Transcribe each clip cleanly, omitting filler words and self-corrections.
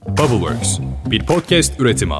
Bubbleworks, bir podcast üretimi.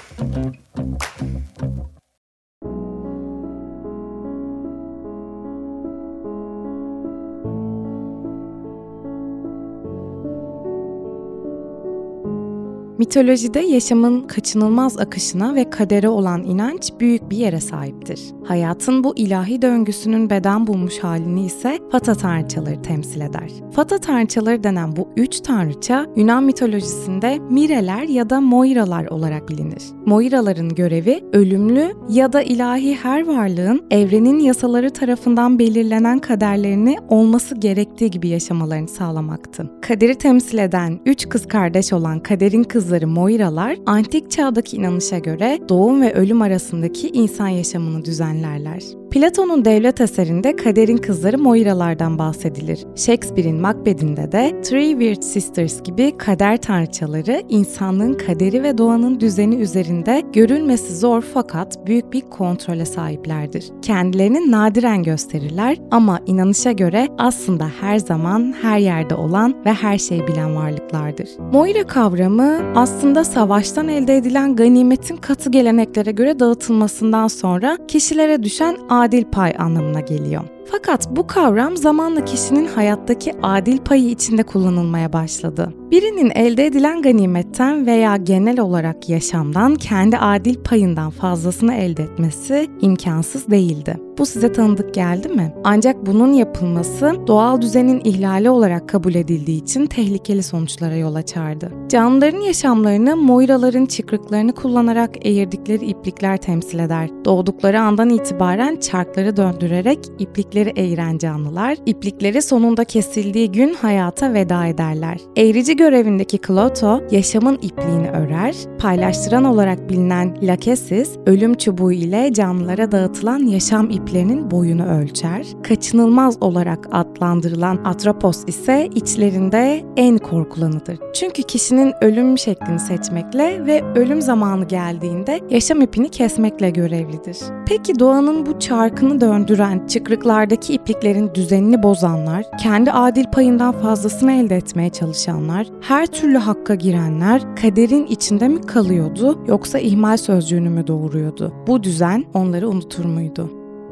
Mitolojide yaşamın kaçınılmaz akışına ve kadere olan inanç büyük bir yere sahiptir. Hayatın bu ilahi döngüsünün beden bulmuş halini ise Fata tanrıçaları temsil eder. Fata tanrıçaları denen bu 3 tanrıça Yunan mitolojisinde Mireler ya da Moiralar olarak bilinir. Moiraların görevi ölümlü ya da ilahi her varlığın evrenin yasaları tarafından belirlenen kaderlerini olması gerektiği gibi yaşamalarını sağlamaktı. Kaderi temsil eden 3 kız kardeş olan Kader'in kızları Moiralar, antik çağdaki inanışa göre doğum ve ölüm arasındaki insan yaşamını düzenlerler. Platon'un devlet eserinde Kader'in kızları Moiralardan bahsedilir. Shakespeare'in Macbeth'inde de Three Weird Sisters gibi kader tanrıçaları insanlığın kaderi ve doğanın düzeni üzerinde görülmesi zor fakat büyük bir kontrole sahiplerdir. Kendilerini nadiren gösterirler ama inanışa göre aslında her zaman her yerde olan ve her şeyi bilen varlıklardır. Moira kavramı aslında savaştan elde edilen ganimetin katı geleneklere göre dağıtılmasından sonra kişilere düşen adil pay anlamına geliyor. Fakat bu kavram zamanla kişinin hayattaki adil payı içinde kullanılmaya başladı. Birinin elde edilen ganimetten veya genel olarak yaşamdan kendi adil payından fazlasını elde etmesi imkansız değildi. Bu size tanıdık geldi mi? Ancak bunun yapılması doğal düzenin ihlali olarak kabul edildiği için tehlikeli sonuçlara yol açardı. Canlıların yaşamlarını Moiraların çıkrıklarını kullanarak eğirdikleri iplikler temsil eder. Doğdukları andan itibaren çarkları döndürerek iplikleri eğiren canlılar, iplikleri sonunda kesildiği gün hayata veda ederler. Eğrici görevindeki Kloto, yaşamın ipliğini örer, paylaştıran olarak bilinen Lachesis, ölüm çubuğu ile canlılara dağıtılan yaşam iplerinin boyunu ölçer. Kaçınılmaz olarak adlandırılan Atropos ise içlerinde en korkulanıdır. Çünkü kişinin ölüm şeklini seçmekle ve ölüm zamanı geldiğinde yaşam ipini kesmekle görevlidir. Peki doğanın bu çarkını döndüren, çıkrıklardaki ipliklerin düzenini bozanlar, kendi adil payından fazlasını elde etmeye çalışanlar, her türlü hakka girenler kaderin içinde mi kalıyordu yoksa ihmal sözcüğünü mü doğuruyordu? Bu düzen onları unutur muydu?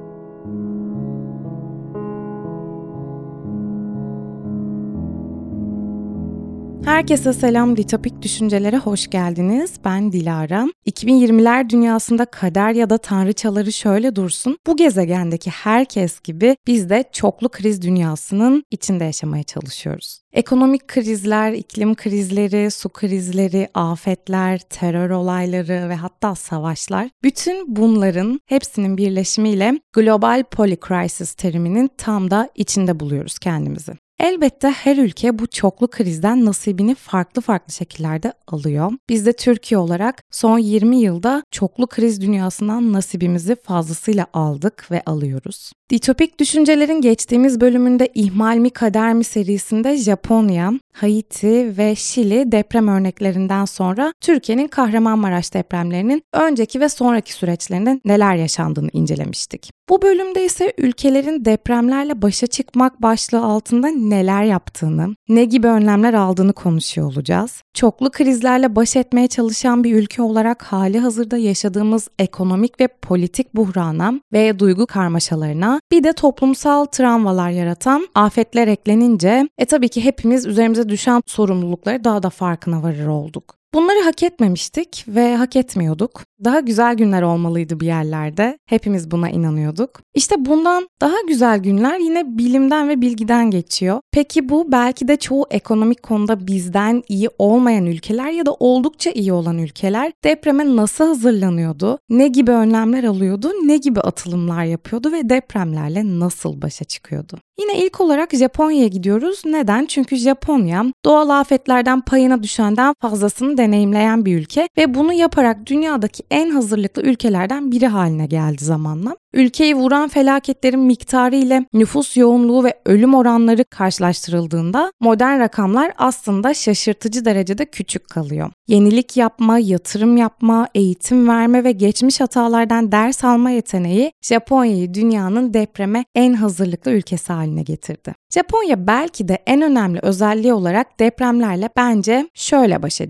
Herkese selam, Ditopik Düşüncelere hoş geldiniz. Ben Dilara. 2020'ler dünyasında kader ya da tanrıçaları şöyle dursun, bu gezegendeki herkes gibi biz de çoklu kriz dünyasının içinde yaşamaya çalışıyoruz. Ekonomik krizler, iklim krizleri, su krizleri, afetler, terör olayları ve hatta savaşlar, bütün bunların hepsinin birleşimiyle Global Polycrisis teriminin tam da içinde buluyoruz kendimizi. Elbette her ülke bu çoklu krizden nasibini farklı şekillerde alıyor. Biz de Türkiye olarak son 20 yılda çoklu kriz dünyasından nasibimizi fazlasıyla aldık ve alıyoruz. Ditopik Düşüncelerin geçtiğimiz bölümünde İhmal mi Kader mi serisinde Japonya, Haiti ve Şili deprem örneklerinden sonra Türkiye'nin Kahramanmaraş depremlerinin önceki ve sonraki süreçlerinde neler yaşandığını incelemiştik. Bu bölümde ise ülkelerin depremlerle başa çıkmak başlığı altında neler yaptığını, ne gibi önlemler aldığını konuşuyor olacağız. Çoklu krizlerle baş etmeye çalışan bir ülke olarak hali hazırda yaşadığımız ekonomik ve politik buhrana ve duygu karmaşalarına bir de toplumsal travmalar yaratan afetler eklenince tabii ki hepimiz üzerimize düşen sorumlulukları daha da farkına varır olduk. Bunları hak etmemiştik ve hak etmiyorduk. Daha güzel günler olmalıydı bir yerlerde. Hepimiz buna inanıyorduk. İşte bundan daha güzel günler yine bilimden ve bilgiden geçiyor. Peki bu belki de çoğu ekonomik konuda bizden iyi olmayan ülkeler ya da oldukça iyi olan ülkeler depreme nasıl hazırlanıyordu? Ne gibi önlemler alıyordu? Ne gibi atılımlar yapıyordu ve depremlerle nasıl başa çıkıyordu? Yine ilk olarak Japonya'ya gidiyoruz. Neden? Çünkü Japonya doğal afetlerden payına düşenden fazlasını deneyimleyen bir ülke ve bunu yaparak dünyadaki en hazırlıklı ülkelerden biri haline geldi zamanla. Ülkeyi vuran felaketlerin miktarı ile nüfus yoğunluğu ve ölüm oranları karşılaştırıldığında modern rakamlar aslında şaşırtıcı derecede küçük kalıyor. Yenilik yapma, yatırım yapma, eğitim verme ve geçmiş hatalardan ders alma yeteneği Japonya'yı dünyanın depreme en hazırlıklı ülkesi haline getirdi. Japonya belki de en önemli özelliği olarak depremlerle bence şöyle baş ediyor.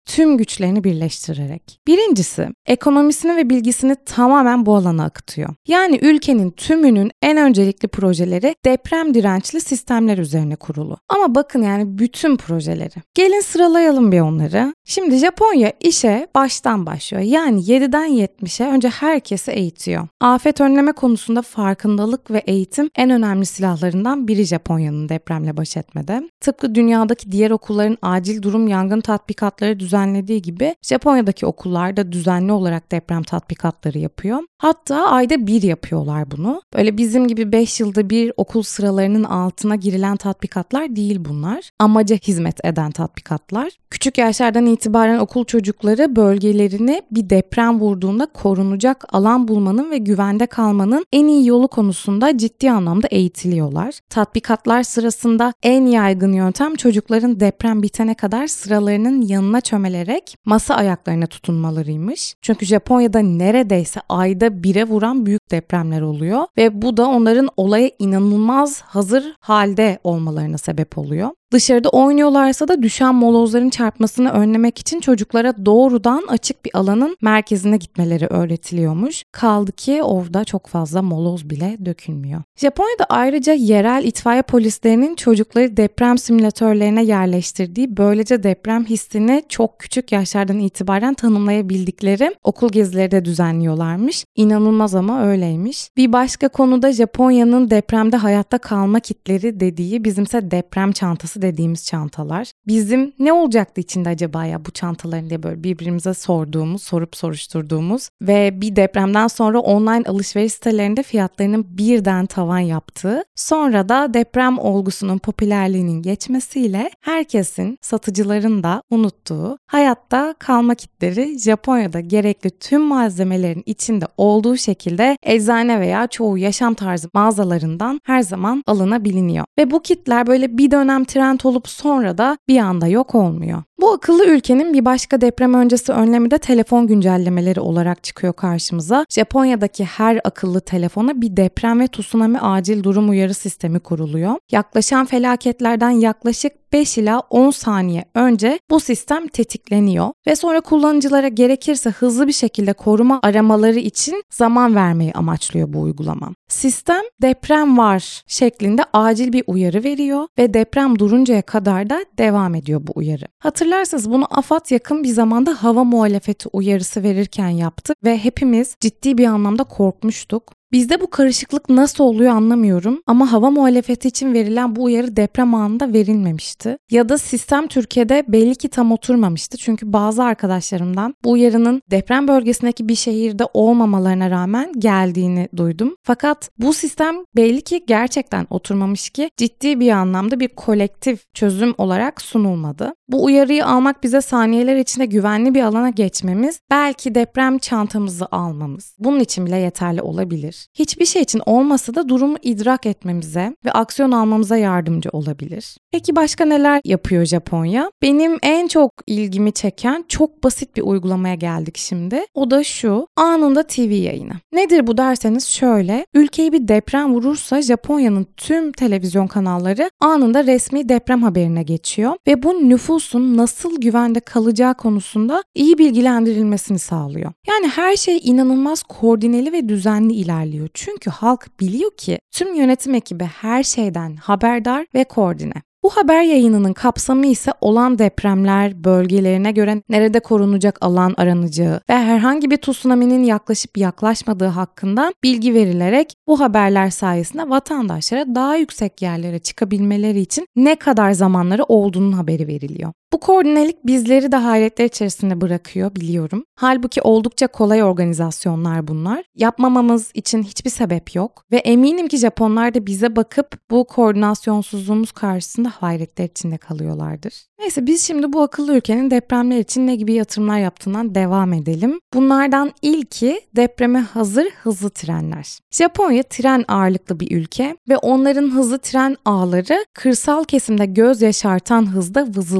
tüm güçlerini birleştirerek. Birincisi, ekonomisini ve bilgisini tamamen bu alana akıtıyor. Yani ülkenin tümünün en öncelikli projeleri deprem dirençli sistemler üzerine kurulu. Ama bakın yani bütün projeleri. Gelin sıralayalım bir onları. Şimdi Japonya işe baştan başlıyor. Yani 7'den 70'e önce herkesi eğitiyor. Afet önleme konusunda farkındalık ve eğitim en önemli silahlarından biri Japonya'nın depremle baş etmede. Tıpkı dünyadaki diğer okulların acil durum yangın tatbikatları düzenlediği gibi Japonya'daki okullar da düzenli olarak deprem tatbikatları yapıyor. Hatta ayda bir yapıyorlar bunu. Böyle bizim gibi 5 yılda bir okul sıralarının altına girilen tatbikatlar değil bunlar. Amaca hizmet eden tatbikatlar. Küçük yaşlardan itibaren okul çocukları bölgelerini bir deprem vurduğunda korunacak alan bulmanın ve güvende kalmanın en iyi yolu konusunda ciddi anlamda eğitiliyorlar. Tatbikatlar sırasında en yaygın yöntem çocukların deprem bitene kadar sıralarının yanına çömelerek masa ayaklarına tutunmalarıymış. Çünkü Japonya'da neredeyse ayda bire vuran büyük depremler oluyor ve bu da onların olaya inanılmaz hazır halde olmalarına sebep oluyor. Dışarıda oynuyorlarsa da düşen molozların çarpmasını önlemek için çocuklara doğrudan açık bir alanın merkezine gitmeleri öğretiliyormuş. Kaldı ki orada çok fazla moloz bile dökülmüyor. Japonya'da ayrıca yerel itfaiye polislerinin çocukları deprem simülatörlerine yerleştirdiği, böylece deprem hissini çok küçük yaşlardan itibaren tanımlayabildikleri okul gezileri de düzenliyorlarmış. İnanılmaz ama öyleymiş. Bir başka konuda Japonya'nın depremde hayatta kalma kitleri dediği, bizimse deprem çantası dediğimiz çantalar. Bizim ne olacaktı içinde acaba ya bu çantaların diye böyle birbirimize sorup soruşturduğumuz ve bir depremden sonra online alışveriş sitelerinde fiyatlarının birden tavan yaptığı, sonra da deprem olgusunun popülerliğinin geçmesiyle herkesin, satıcıların da unuttuğu hayatta kalma kitleri Japonya'da gerekli tüm malzemelerin içinde olduğu şekilde eczane veya çoğu yaşam tarzı mağazalarından her zaman alınabiliyor. Ve bu kitler böyle bir dönem trend olup sonra da bir anda yok olmuyor. Bu akıllı ülkenin bir başka deprem öncesi önlemi de telefon güncellemeleri olarak çıkıyor karşımıza. Japonya'daki her akıllı telefona bir deprem ve tsunami acil durum uyarı sistemi kuruluyor. Yaklaşan felaketlerden yaklaşık 5 ila 10 saniye önce bu sistem tetikleniyor ve sonra kullanıcılara gerekirse hızlı bir şekilde koruma aramaları için zaman vermeyi amaçlıyor bu uygulama. Sistem deprem var şeklinde acil bir uyarı veriyor ve deprem duruncaya kadar da devam ediyor bu uyarı. Hatırlarsanız bunu AFAD yakın bir zamanda hava muhalefeti uyarısı verirken yaptı ve hepimiz ciddi bir anlamda korkmuştuk. Bizde bu karışıklık nasıl oluyor anlamıyorum ama hava muhalefeti için verilen bu uyarı deprem anında verilmemişti. Ya da sistem Türkiye'de belli ki tam oturmamıştı. Çünkü bazı arkadaşlarımdan bu uyarının deprem bölgesindeki bir şehirde olmamalarına rağmen geldiğini duydum. Fakat bu sistem belli ki gerçekten oturmamış ki ciddi bir anlamda bir kolektif çözüm olarak sunulmadı. Bu uyarıyı almak bize saniyeler içinde güvenli bir alana geçmemiz, belki deprem çantamızı almamız bunun için bile yeterli olabilir. Hiçbir şey için olmasa da durumu idrak etmemize ve aksiyon almamıza yardımcı olabilir. Peki başka neler yapıyor Japonya? Benim en çok ilgimi çeken çok basit bir uygulamaya geldik şimdi. O da şu: anında TV yayını. Nedir bu derseniz şöyle: ülkeyi bir deprem vurursa Japonya'nın tüm televizyon kanalları anında resmi deprem haberine geçiyor ve bu nüfusun nasıl güvende kalacağı konusunda iyi bilgilendirilmesini sağlıyor. Yani her şey inanılmaz koordineli ve düzenli ilerliyor. Çünkü halk biliyor ki tüm yönetim ekibi her şeyden haberdar ve koordine. Bu haber yayınının kapsamı ise olan depremler, bölgelerine göre nerede korunacak alan aranacağı ve herhangi bir tsunami'nin yaklaşıp yaklaşmadığı hakkında bilgi verilerek bu haberler sayesinde vatandaşlara daha yüksek yerlere çıkabilmeleri için ne kadar zamanları olduğunun haberi veriliyor. Bu koordinelik bizleri de hayretler içerisinde bırakıyor biliyorum. Halbuki oldukça kolay organizasyonlar bunlar. Yapmamamız için hiçbir sebep yok ve eminim ki Japonlar da bize bakıp bu koordinasyonsuzluğumuz karşısında hayretler içinde kalıyorlardır. Neyse, biz şimdi bu akıllı ülkenin depremler için ne gibi yatırımlar yaptığından devam edelim. Bunlardan ilki depreme hazır hızlı trenler. Japonya tren ağırlıklı bir ülke ve onların hızlı tren ağları kırsal kesimde göz yaşartan hızda vızıldayarak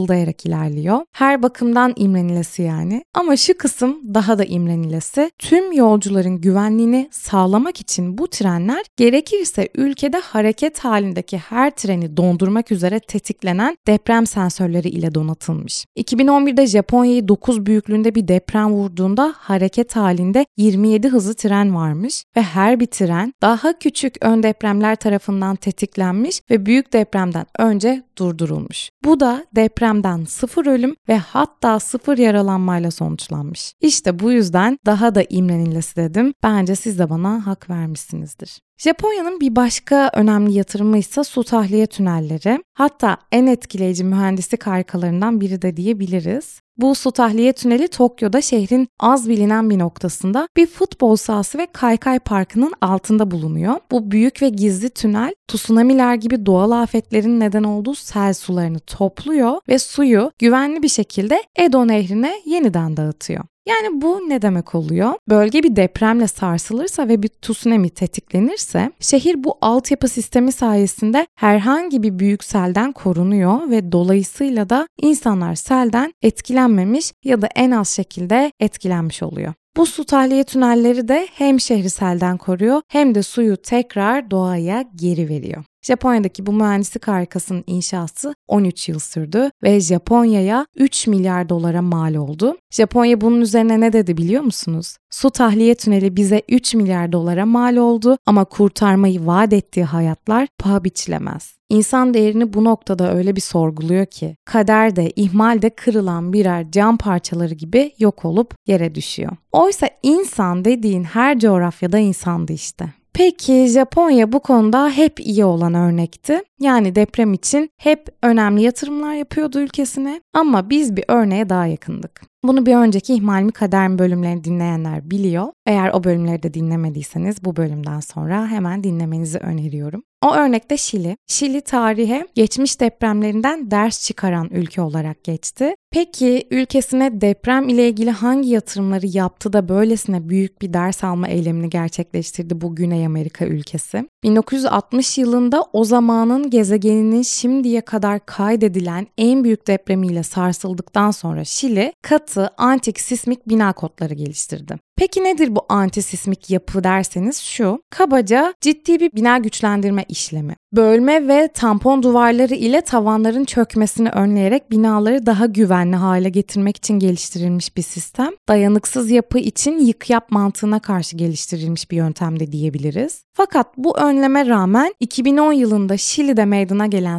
olarak ilerliyor. Her bakımdan imrenilesi yani. Ama şu kısım daha da imrenilesi. Tüm yolcuların güvenliğini sağlamak için bu trenler gerekirse ülkede hareket halindeki her treni dondurmak üzere tetiklenen deprem sensörleri ile donatılmış. 2011'de Japonya'yı 9 büyüklüğünde bir deprem vurduğunda hareket halinde 27 hızlı tren varmış ve her bir tren daha küçük ön depremler tarafından tetiklenmiş ve büyük depremden önce durdurulmuş. Bu da depremden 0 ölüm ve hatta 0 yaralanmayla sonuçlanmış. İşte bu yüzden daha da imrenilesi dedim. Bence siz de bana hak vermişsinizdir. Japonya'nın bir başka önemli yatırımı ise su tahliye tünelleri. Hatta en etkileyici mühendislik harikalarından biri de diyebiliriz. Bu su tahliye tüneli Tokyo'da şehrin az bilinen bir noktasında bir futbol sahası ve kaykay parkının altında bulunuyor. Bu büyük ve gizli tünel tsunamiler gibi doğal afetlerin neden olduğu sel sularını topluyor ve suyu güvenli bir şekilde Edo Nehri'ne yeniden dağıtıyor. Yani bu ne demek oluyor? Bölge bir depremle sarsılırsa ve bir tsunami tetiklenirse şehir bu altyapı sistemi sayesinde herhangi bir büyük selden korunuyor ve dolayısıyla da insanlar selden etkilenmemiş ya da en az şekilde etkilenmiş oluyor. Bu su tahliye tünelleri de hem şehri selden koruyor hem de suyu tekrar doğaya geri veriyor. Japonya'daki bu mühendislik harikasının inşası 13 yıl sürdü ve Japonya'ya 3 milyar dolara mal oldu. Japonya bunun üzerine ne dedi biliyor musunuz? Su tahliye tüneli bize 3 milyar dolara mal oldu ama kurtarmayı vaat ettiği hayatlar paha biçilemez. İnsan değerini bu noktada öyle bir sorguluyor ki kaderde, ihmalde kırılan birer cam parçaları gibi yok olup yere düşüyor. Oysa insan dediğin her coğrafyada insandı işte. Peki Japonya bu konuda hep iyi olan örnekti. Yani deprem için hep önemli yatırımlar yapıyordu ülkesine ama biz bir örneğe daha yakındık. Bunu bir önceki İhmal mi Kader mi bölümlerini dinleyenler biliyor. Eğer o bölümleri de dinlemediyseniz bu bölümden sonra hemen dinlemenizi öneriyorum. O örnekte Şili. Şili tarihe geçmiş depremlerinden ders çıkaran ülke olarak geçti. Peki ülkesine deprem ile ilgili hangi yatırımları yaptı da böylesine büyük bir ders alma eylemini gerçekleştirdi bu Güney Amerika ülkesi? 1960 yılında o zamanın gezegeninin şimdiye kadar kaydedilen en büyük depremiyle sarsıldıktan sonra Şili katı antik sismik bina kodları geliştirdi. Peki nedir bu antisismik yapı derseniz şu, kabaca ciddi bir bina güçlendirme işlemi. Bölme ve tampon duvarları ile tavanların çökmesini önleyerek binaları daha güvenli hale getirmek için geliştirilmiş bir sistem. Dayanıksız yapı için yık yap mantığına karşı geliştirilmiş bir yöntem de diyebiliriz. Fakat bu önleme rağmen 2010 yılında Şili'de meydana gelen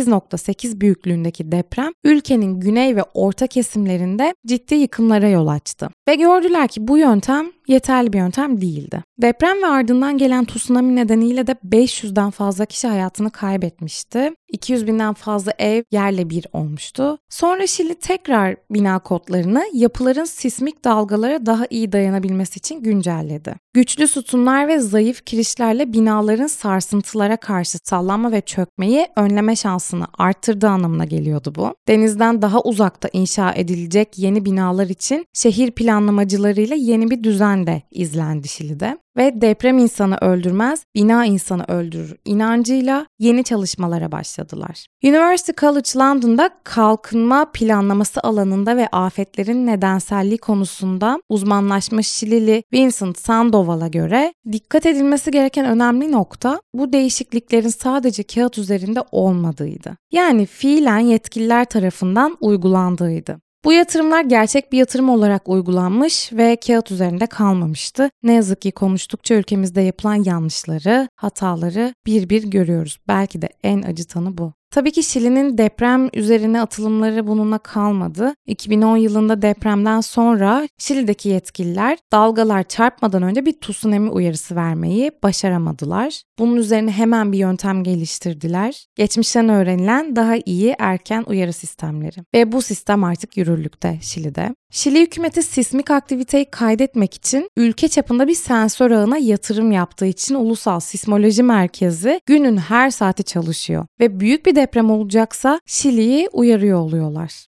8.8 büyüklüğündeki deprem ülkenin güney ve orta kesimlerinde ciddi yıkımlara yol açtı. Ve gördüler ki bu yöntem yeterli bir yöntem değildi. Deprem ve ardından gelen tsunami nedeniyle de 500'den fazla kişi hayatını kaybetmişti. 200 binden fazla ev yerle bir olmuştu. Sonra Şili tekrar bina kodlarını yapıların sismik dalgalara daha iyi dayanabilmesi için güncelledi. Güçlü sütunlar ve zayıf kirişlerle binaların sarsıntılara karşı sallanma ve çökmeyi önleme şansını arttırdığı anlamına geliyordu bu. Denizden daha uzakta inşa edilecek yeni binalar için şehir planlamacılarıyla yeni bir düzen de izlendi Şili'de. Ve deprem insanı öldürmez, bina insanı öldürür inancıyla yeni çalışmalara başladılar. University College London'da kalkınma planlaması alanında ve afetlerin nedenselliği konusunda uzmanlaşmış Şilili Vincent Sandoval'a göre dikkat edilmesi gereken önemli nokta bu değişikliklerin sadece kağıt üzerinde olmadığıydı. Yani fiilen yetkililer tarafından uygulandığıydı. Bu yatırımlar gerçek bir yatırım olarak uygulanmış ve kağıt üzerinde kalmamıştı. Ne yazık ki konuştukça ülkemizde yapılan yanlışları, hataları bir bir görüyoruz. Belki de en acıtanı bu. Tabii ki Şili'nin deprem üzerine atılımları bununla kalmadı. 2010 yılında depremden sonra Şili'deki yetkililer dalgalar çarpmadan önce bir tsunami uyarısı vermeyi başaramadılar. Bunun üzerine hemen bir yöntem geliştirdiler. Geçmişten öğrenilen daha iyi erken uyarı sistemleri. Ve bu sistem artık yürürlükte Şili'de. Şili hükümeti sismik aktiviteyi kaydetmek için ülke çapında bir sensör ağına yatırım yaptığı için Ulusal Sismoloji Merkezi günün her saati çalışıyor ve büyük bir deprem olacaksa Şili'yi uyarıyor oluyorlar.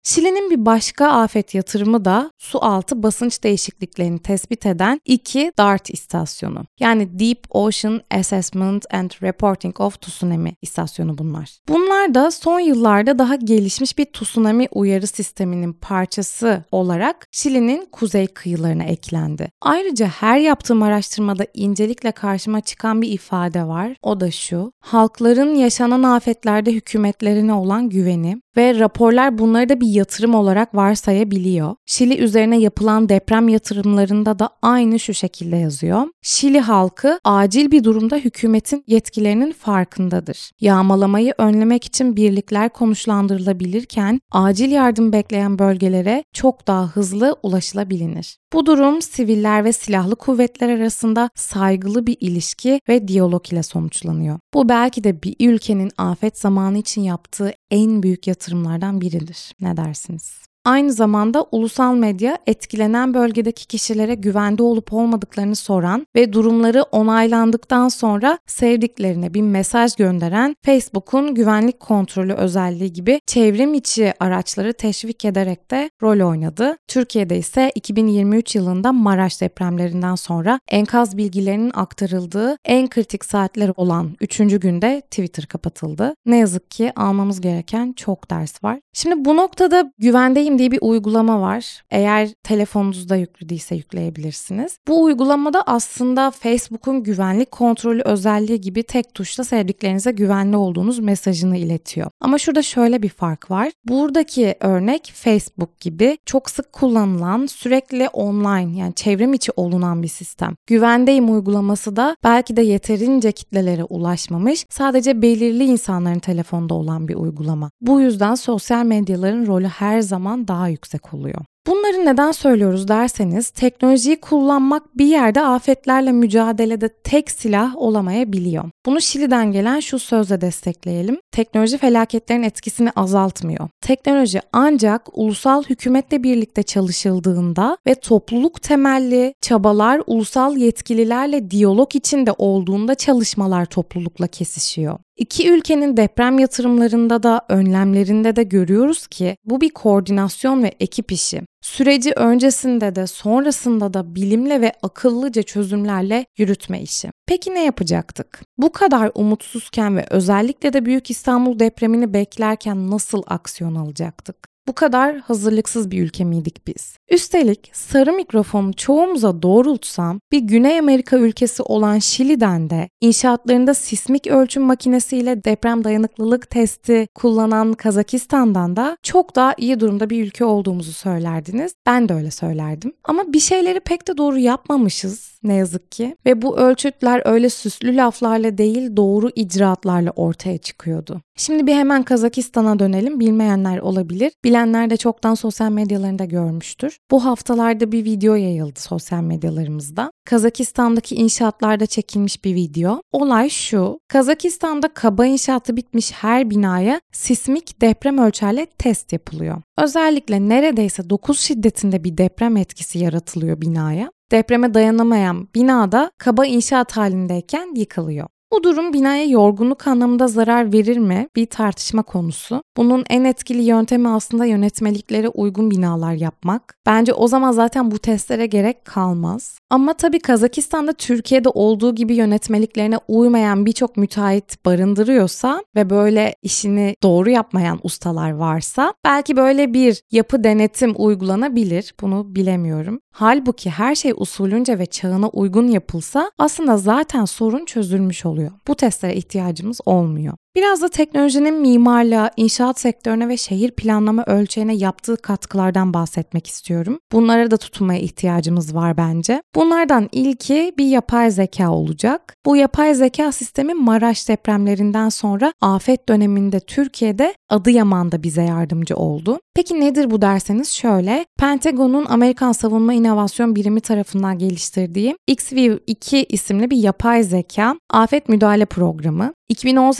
Şili'nin bir başka afet yatırımı da su altı basınç değişikliklerini tespit eden 2 DART istasyonu. Yani Deep Ocean Assessment and Reporting of Tsunami istasyonu bunlar. Bunlar da son yıllarda daha gelişmiş bir tsunami uyarı sisteminin parçası olarak Şili'nin kuzey kıyılarına eklendi. Ayrıca her yaptığım araştırmada incelikle karşıma çıkan bir ifade var. O da şu: halkların yaşanan afetlerde hükümetlerine olan güveni ve raporlar bunları da bir yatırım olarak varsayabiliyor. Şili üzerine yapılan deprem yatırımlarında da aynı şu şekilde yazıyor. Şili halkı acil bir durumda hükümetin yetkilerinin farkındadır. Yağmalamayı önlemek için birlikler konuşlandırılabilirken acil yardım bekleyen bölgelere çok daha hızlı ulaşılabilir. Bu durum siviller ve silahlı kuvvetler arasında saygılı bir ilişki ve diyalog ile sonuçlanıyor. Bu belki de bir ülkenin afet zamanı için yaptığı en büyük yatırımlardan biridir. Ne dersiniz? Aynı zamanda ulusal medya etkilenen bölgedeki kişilere güvende olup olmadıklarını soran ve durumları onaylandıktan sonra sevdiklerine bir mesaj gönderen Facebook'un güvenlik kontrolü özelliği gibi çevrim içi araçları teşvik ederek de rol oynadı. Türkiye'de ise 2023 yılında Maraş depremlerinden sonra enkaz bilgilerinin aktarıldığı en kritik saatler olan 3. günde Twitter kapatıldı. Ne yazık ki almamız gereken çok ders var. Şimdi bu noktada güvendeyim diye bir uygulama var. Eğer telefonunuzda yüklü değilse yükleyebilirsiniz. Bu uygulamada aslında Facebook'un güvenlik kontrolü özelliği gibi tek tuşla sevdiklerinize güvenli olduğunuz mesajını iletiyor. Ama şurada şöyle bir fark var. Buradaki örnek Facebook gibi çok sık kullanılan, sürekli online yani çevrim içi olunan bir sistem. Güvendeyim uygulaması da belki de yeterince kitlelere ulaşmamış, sadece belirli insanların telefonda olan bir uygulama. Bu yüzden sosyal medyaların rolü her zaman daha yüksek oluyor. Bunları neden söylüyoruz derseniz, teknolojiyi kullanmak bir yerde afetlerle mücadelede tek silah olamayabiliyor. Bunu Şili'den gelen şu sözle destekleyelim. Teknoloji felaketlerin etkisini azaltmıyor. Teknoloji ancak ulusal hükümetle birlikte çalışıldığında ve topluluk temelli çabalar ulusal yetkililerle diyalog içinde olduğunda çalışmalar toplulukla kesişiyor. İki ülkenin deprem yatırımlarında da önlemlerinde de görüyoruz ki bu bir koordinasyon ve ekip işi. Süreci öncesinde de sonrasında da bilimle ve akıllıca çözümlerle yürütme işi. Peki ne yapacaktık? Bu kadar umutsuzken ve özellikle de Büyük İstanbul depremini beklerken nasıl aksiyon alacaktık? Bu kadar hazırlıksız bir ülke miydik biz? Üstelik sarı mikrofonu çoğumuza doğrultsam bir Güney Amerika ülkesi olan Şili'den de inşaatlarında sismik ölçüm makinesiyle deprem dayanıklılık testi kullanan Kazakistan'dan da çok daha iyi durumda bir ülke olduğumuzu söylerdiniz. Ben de öyle söylerdim. Ama bir şeyleri pek de doğru yapmamışız ne yazık ki. Ve bu ölçütler öyle süslü laflarla değil doğru icraatlarla ortaya çıkıyordu. Şimdi bir hemen Kazakistan'a dönelim. Bilmeyenler olabilir. Bilenler de çoktan sosyal medyalarında görmüştür. Bu haftalarda bir video yayıldı sosyal medyalarımızda. Kazakistan'daki inşaatlarda çekilmiş bir video. Olay şu: Kazakistan'da kaba inşaatı bitmiş her binaya sismik deprem ölçerle test yapılıyor. Özellikle neredeyse 9 şiddetinde bir deprem etkisi yaratılıyor binaya. Depreme dayanamayan binada kaba inşaat halindeyken yıkılıyor. Bu durum binaya yorgunluk anlamında zarar verir mi? Bir tartışma konusu. Bunun en etkili yöntemi aslında yönetmeliklere uygun binalar yapmak. Bence o zaman zaten bu testlere gerek kalmaz. Ama tabii Kazakistan'da Türkiye'de olduğu gibi yönetmeliklerine uymayan birçok müteahhit barındırıyorsa ve böyle işini doğru yapmayan ustalar varsa belki böyle bir yapı denetim uygulanabilir. Bunu bilemiyorum. Halbuki her şey usulünce ve çağına uygun yapılsa aslında zaten sorun çözülmüş oluyor. Bu testlere ihtiyacımız olmuyor. Biraz da teknolojinin mimarlığa, inşaat sektörüne ve şehir planlama ölçeğine yaptığı katkılardan bahsetmek istiyorum. Bunlara da tutunmaya ihtiyacımız var bence. Bunlardan ilki bir yapay zeka olacak. Bu yapay zeka sistemi Maraş depremlerinden sonra afet döneminde Türkiye'de Adıyaman'da bize yardımcı oldu. Peki nedir bu derseniz şöyle: Pentagon'un Amerikan Savunma İnovasyon Birimi tarafından geliştirdiği XView 2 isimli bir yapay zeka afet müdahale programı. 2018 yılında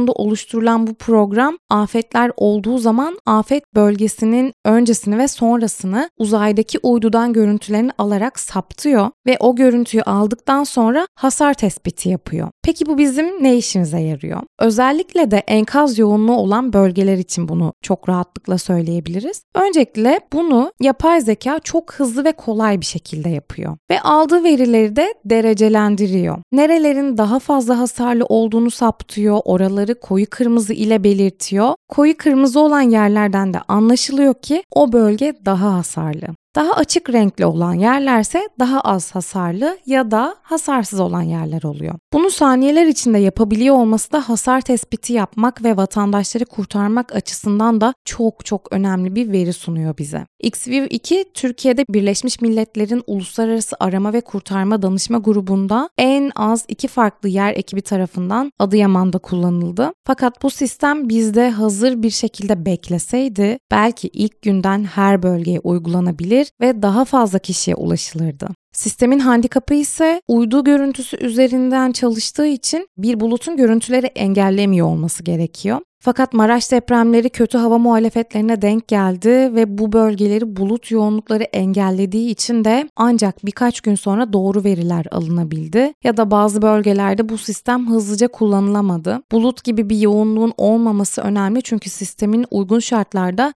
sonunda oluşturulan bu program afetler olduğu zaman afet bölgesinin öncesini ve sonrasını uzaydaki uydudan görüntülerini alarak saptıyor ve o görüntüyü aldıktan sonra hasar tespiti yapıyor. Peki bu bizim ne işimize yarıyor? Özellikle de enkaz yoğunluğu olan bölgeler için bunu çok rahatlıkla söyleyebiliriz. Öncelikle bunu yapay zeka çok hızlı ve kolay bir şekilde yapıyor ve aldığı verileri de derecelendiriyor. Nerelerin daha fazla hasarlı olduğunu saptıyor, oraları koyu kırmızı ile belirtiyor. Koyu kırmızı olan yerlerden de anlaşılıyor ki o bölge daha hasarlı. Daha açık renkli olan yerlerse daha az hasarlı ya da hasarsız olan yerler oluyor. Bunu saniyeler içinde yapabiliyor olması da hasar tespiti yapmak ve vatandaşları kurtarmak açısından da çok önemli bir veri sunuyor bize. XView 2 Türkiye'de Birleşmiş Milletler'in Uluslararası Arama ve Kurtarma Danışma Grubu'nda en az 2 farklı yer ekibi tarafından Adıyaman'da kullanıldı. Fakat bu sistem bizde hazır bir şekilde bekleseydi belki ilk günden her bölgeye uygulanabilir ve daha fazla kişiye ulaşılırdı. Sistemin handikapı ise uydu görüntüsü üzerinden çalıştığı için bir bulutun görüntüleri engellemiyor olması gerekiyor. Fakat Maraş depremleri kötü hava muhalefetlerine denk geldi ve bu bölgeleri bulut yoğunlukları engellediği için de ancak birkaç gün sonra doğru veriler alınabildi ya da bazı bölgelerde bu sistem hızlıca kullanılamadı. Bulut gibi bir yoğunluğun olmaması önemli çünkü sistemin uygun şartlarda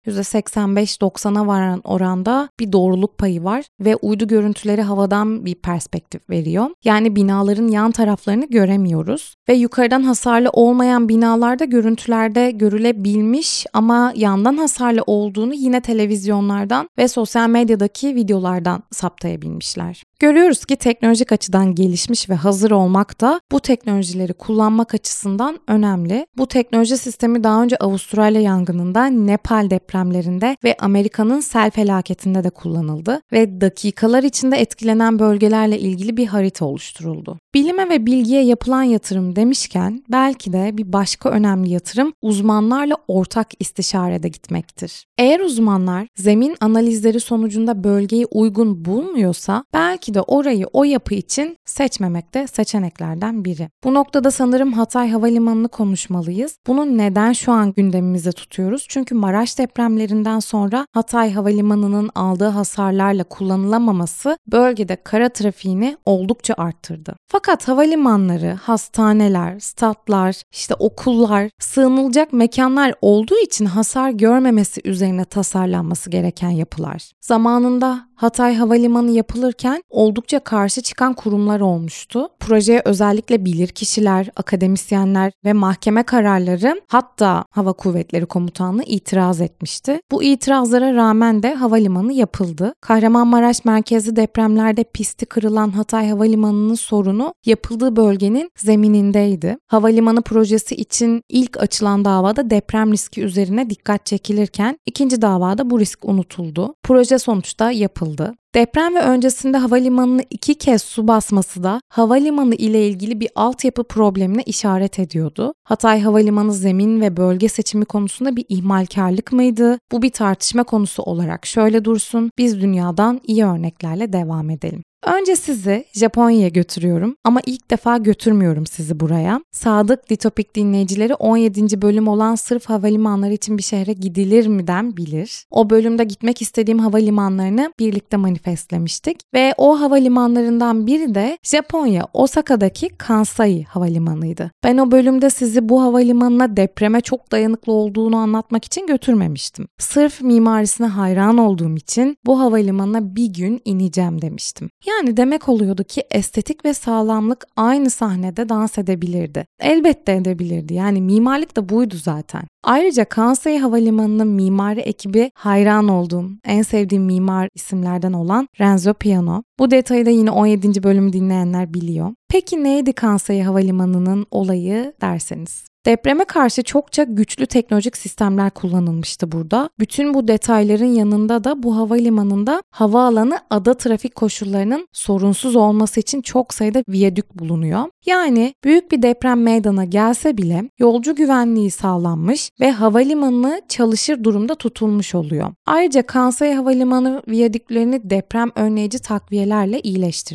%85-90'a varan oranda bir doğruluk payı var ve uydu görüntüleri havadan bir perspektif veriyor. Yani binaların yan taraflarını göremiyoruz ve yukarıdan hasarlı olmayan binalarda görüntülerde görülebilmiş ama yandan hasarlı olduğunu yine televizyonlardan ve sosyal medyadaki videolardan saptayabilmişler. Görüyoruz ki teknolojik açıdan gelişmiş ve hazır olmak da bu teknolojileri kullanmak açısından önemli. Bu teknoloji sistemi daha önce Avustralya yangınında, Nepal depremlerinde ve Amerika'nın sel felaketinde de kullanıldı ve dakikalar içinde etkilenen bölgelerle ilgili bir harita oluşturuldu. Bilime ve bilgiye yapılan yatırım demişken belki de bir başka önemli yatırım uzmanlarla ortak istişarede gitmektir. Eğer uzmanlar zemin analizleri sonucunda bölgeyi uygun bulmuyorsa belki de orayı o yapı için seçmemek de seçeneklerden biri. Bu noktada sanırım Hatay Havalimanı'nı konuşmalıyız. Bunu neden şu an gündemimize tutuyoruz? Çünkü Maraş depremlerinden sonra Hatay Havalimanı'nın aldığı hasarlarla kullanılamaması bölgede kara trafiğini oldukça arttırdı. Fakat havalimanları, hastaneler, statlar, okullar, sığınılacak mekanlar olduğu için hasar görmemesi üzerine tasarlanması gereken yapılar. Zamanında Hatay Havalimanı yapılırken oldukça karşı çıkan kurumlar olmuştu. Projeye özellikle bilirkişiler, akademisyenler ve mahkeme kararları hatta Hava Kuvvetleri Komutanlığı itiraz etmişti. Bu itirazlara rağmen de havalimanı yapıldı. Kahramanmaraş merkezli depremlerde pisti kırılan Hatay Havalimanı'nın sorunu yapıldığı bölgenin zeminindeydi. Havalimanı projesi için ilk açılan davada deprem riski üzerine dikkat çekilirken ikinci davada bu risk unutuldu. Proje sonuçta yapıldı. Deprem ve öncesinde havalimanını 2 kez su basması da havalimanı ile ilgili bir altyapı problemine işaret ediyordu. Hatay Havalimanı zemin ve bölge seçimi konusunda bir ihmalkarlık mıydı? Bu bir tartışma konusu olarak şöyle dursun, biz dünyadan iyi örneklerle devam edelim. Önce sizi Japonya'ya götürüyorum ama ilk defa götürmüyorum sizi buraya. Sadık Ditopik dinleyicileri 17. bölüm olan sırf havalimanları için bir şehre gidilir mi'den bilir. O bölümde gitmek istediğim havalimanlarını birlikte manifestlemiştik ve o havalimanlarından biri de Japonya Osaka'daki Kansai Havalimanı'ydı. Ben o bölümde sizi bu havalimanına depreme çok dayanıklı olduğunu anlatmak için götürmemiştim. Sırf mimarisine hayran olduğum için bu havalimanına bir gün ineceğim demiştim. Yani demek oluyordu ki estetik ve sağlamlık aynı sahnede dans edebilirdi. Elbette edebilirdi. Yani mimarlık da buydu zaten. Ayrıca Kansai Havalimanı'nın mimari ekibi hayran olduğum, en sevdiğim mimar isimlerden olan Renzo Piano. Bu detayı da yine 17. bölümü dinleyenler biliyor. Peki neydi Kansai Havalimanı'nın olayı derseniz? Depreme karşı çokça güçlü teknolojik sistemler kullanılmıştı burada. Bütün bu detayların yanında da bu havalimanında havaalanı ada trafik koşullarının sorunsuz olması için çok sayıda viyadük bulunuyor. Yani büyük bir deprem meydana gelse bile yolcu güvenliği sağlanmış ve havalimanı çalışır durumda tutulmuş oluyor. Ayrıca Kansai Havalimanı viyadüklerini deprem önleyici takviyelerle iyileştirmiş.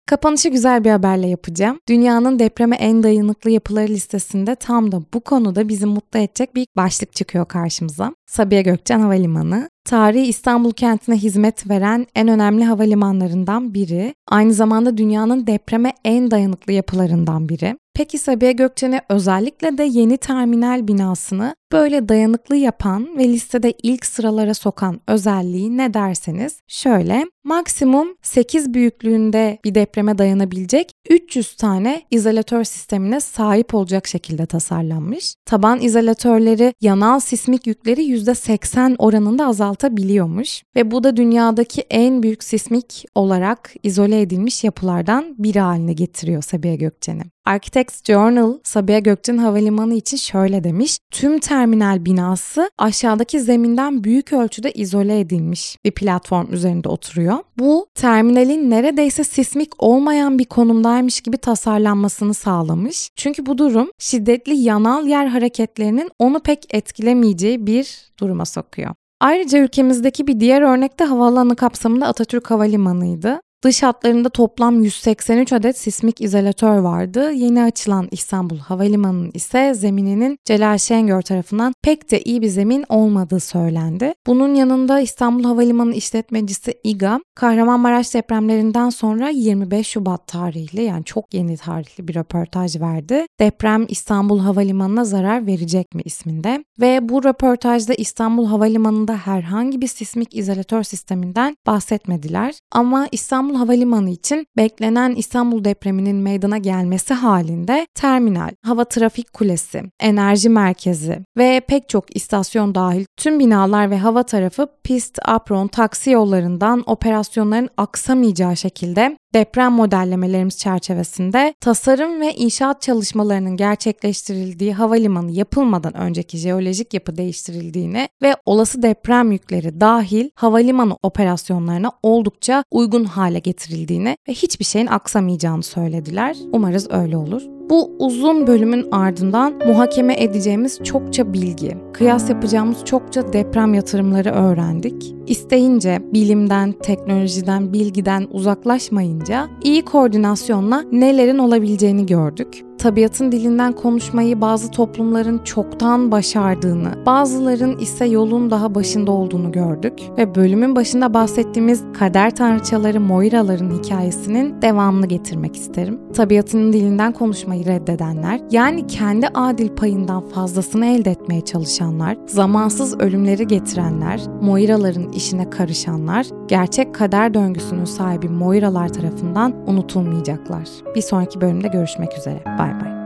Kapanışı güzel bir haberle yapacağım. Dünyanın depreme en dayanıklı yapıları listesinde tam da bu konuda bizi mutlu edecek bir başlık çıkıyor karşımıza. Sabiha Gökçen Havalimanı. Tarihi İstanbul kentine hizmet veren en önemli havalimanlarından biri. Aynı zamanda dünyanın depreme en dayanıklı yapılarından biri. Peki Sabiha Gökçen'e özellikle de yeni terminal binasını böyle dayanıklı yapan ve listede ilk sıralara sokan özelliği ne derseniz şöyle: maksimum 8 büyüklüğünde bir depreme dayanabilecek 300 tane izolatör sistemine sahip olacak şekilde tasarlanmış. Taban izolatörleri yanal sismik yükleri %80 oranında azaltabiliyormuş ve bu da dünyadaki en büyük sismik olarak izole edilmiş yapılardan biri haline getiriyor Sabiha Gökçen'i. Architects Journal, Sabiha Gökçen Havalimanı için şöyle demiş: tüm terminal binası aşağıdaki zeminden büyük ölçüde izole edilmiş bir platform üzerinde oturuyor. Bu, terminalin neredeyse sismik olmayan bir konumdaymış gibi tasarlanmasını sağlamış. Çünkü bu durum şiddetli yanal yer hareketlerinin onu pek etkilemeyeceği bir duruma sokuyor. Ayrıca ülkemizdeki bir diğer örnek de havaalanı kapsamında Atatürk Havalimanı'ydı. Dış hatlarında toplam 183 adet sismik izolatör vardı. Yeni açılan İstanbul Havalimanı'nın ise zemininin Celal Şengör tarafından pek de iyi bir zemin olmadığı söylendi. Bunun yanında İstanbul Havalimanı işletmecisi İGA, Kahramanmaraş depremlerinden sonra 25 Şubat tarihli, yani çok yeni tarihli bir röportaj verdi. Deprem İstanbul Havalimanı'na zarar verecek mi isminde ve bu röportajda İstanbul Havalimanı'nda herhangi bir sismik izolatör sisteminden bahsetmediler. Ama İstanbul Havalimanı için beklenen İstanbul depreminin meydana gelmesi halinde terminal, hava trafik kulesi, enerji merkezi ve pek çok istasyon dahil tüm binalar ve hava tarafı pist, apron, taksi yollarından operasyonların aksamayacağı şekilde deprem modellemelerimiz çerçevesinde tasarım ve inşaat çalışmalarının gerçekleştirildiği havalimanı yapılmadan önceki jeolojik yapı değiştirildiğini ve olası deprem yükleri dahil havalimanı operasyonlarına oldukça uygun hale getirildiğini ve hiçbir şeyin aksamayacağını söylediler. Umarız öyle olur. Bu uzun bölümün ardından muhakeme edeceğimiz çokça bilgi, kıyas yapacağımız çokça deprem yatırımları öğrendik. İsteyince bilimden, teknolojiden, bilgiden uzaklaşmayınca iyi koordinasyonla nelerin olabileceğini gördük. Tabiatın dilinden konuşmayı bazı toplumların çoktan başardığını, bazıların ise yolun daha başında olduğunu gördük ve bölümün başında bahsettiğimiz kader tanrıçaları Moiraların hikayesinin devamını getirmek isterim. Tabiatın dilinden konuşmayı reddedenler, yani kendi adil payından fazlasını elde etmeye çalışanlar, zamansız ölümleri getirenler, Moiraların işine karışanlar, gerçek kader döngüsünün sahibi Moiralar tarafından unutulmayacaklar. Bir sonraki bölümde görüşmek üzere. Bay bay.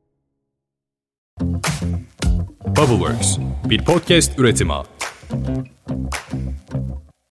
Bubbleworks, bir podcast üretimi.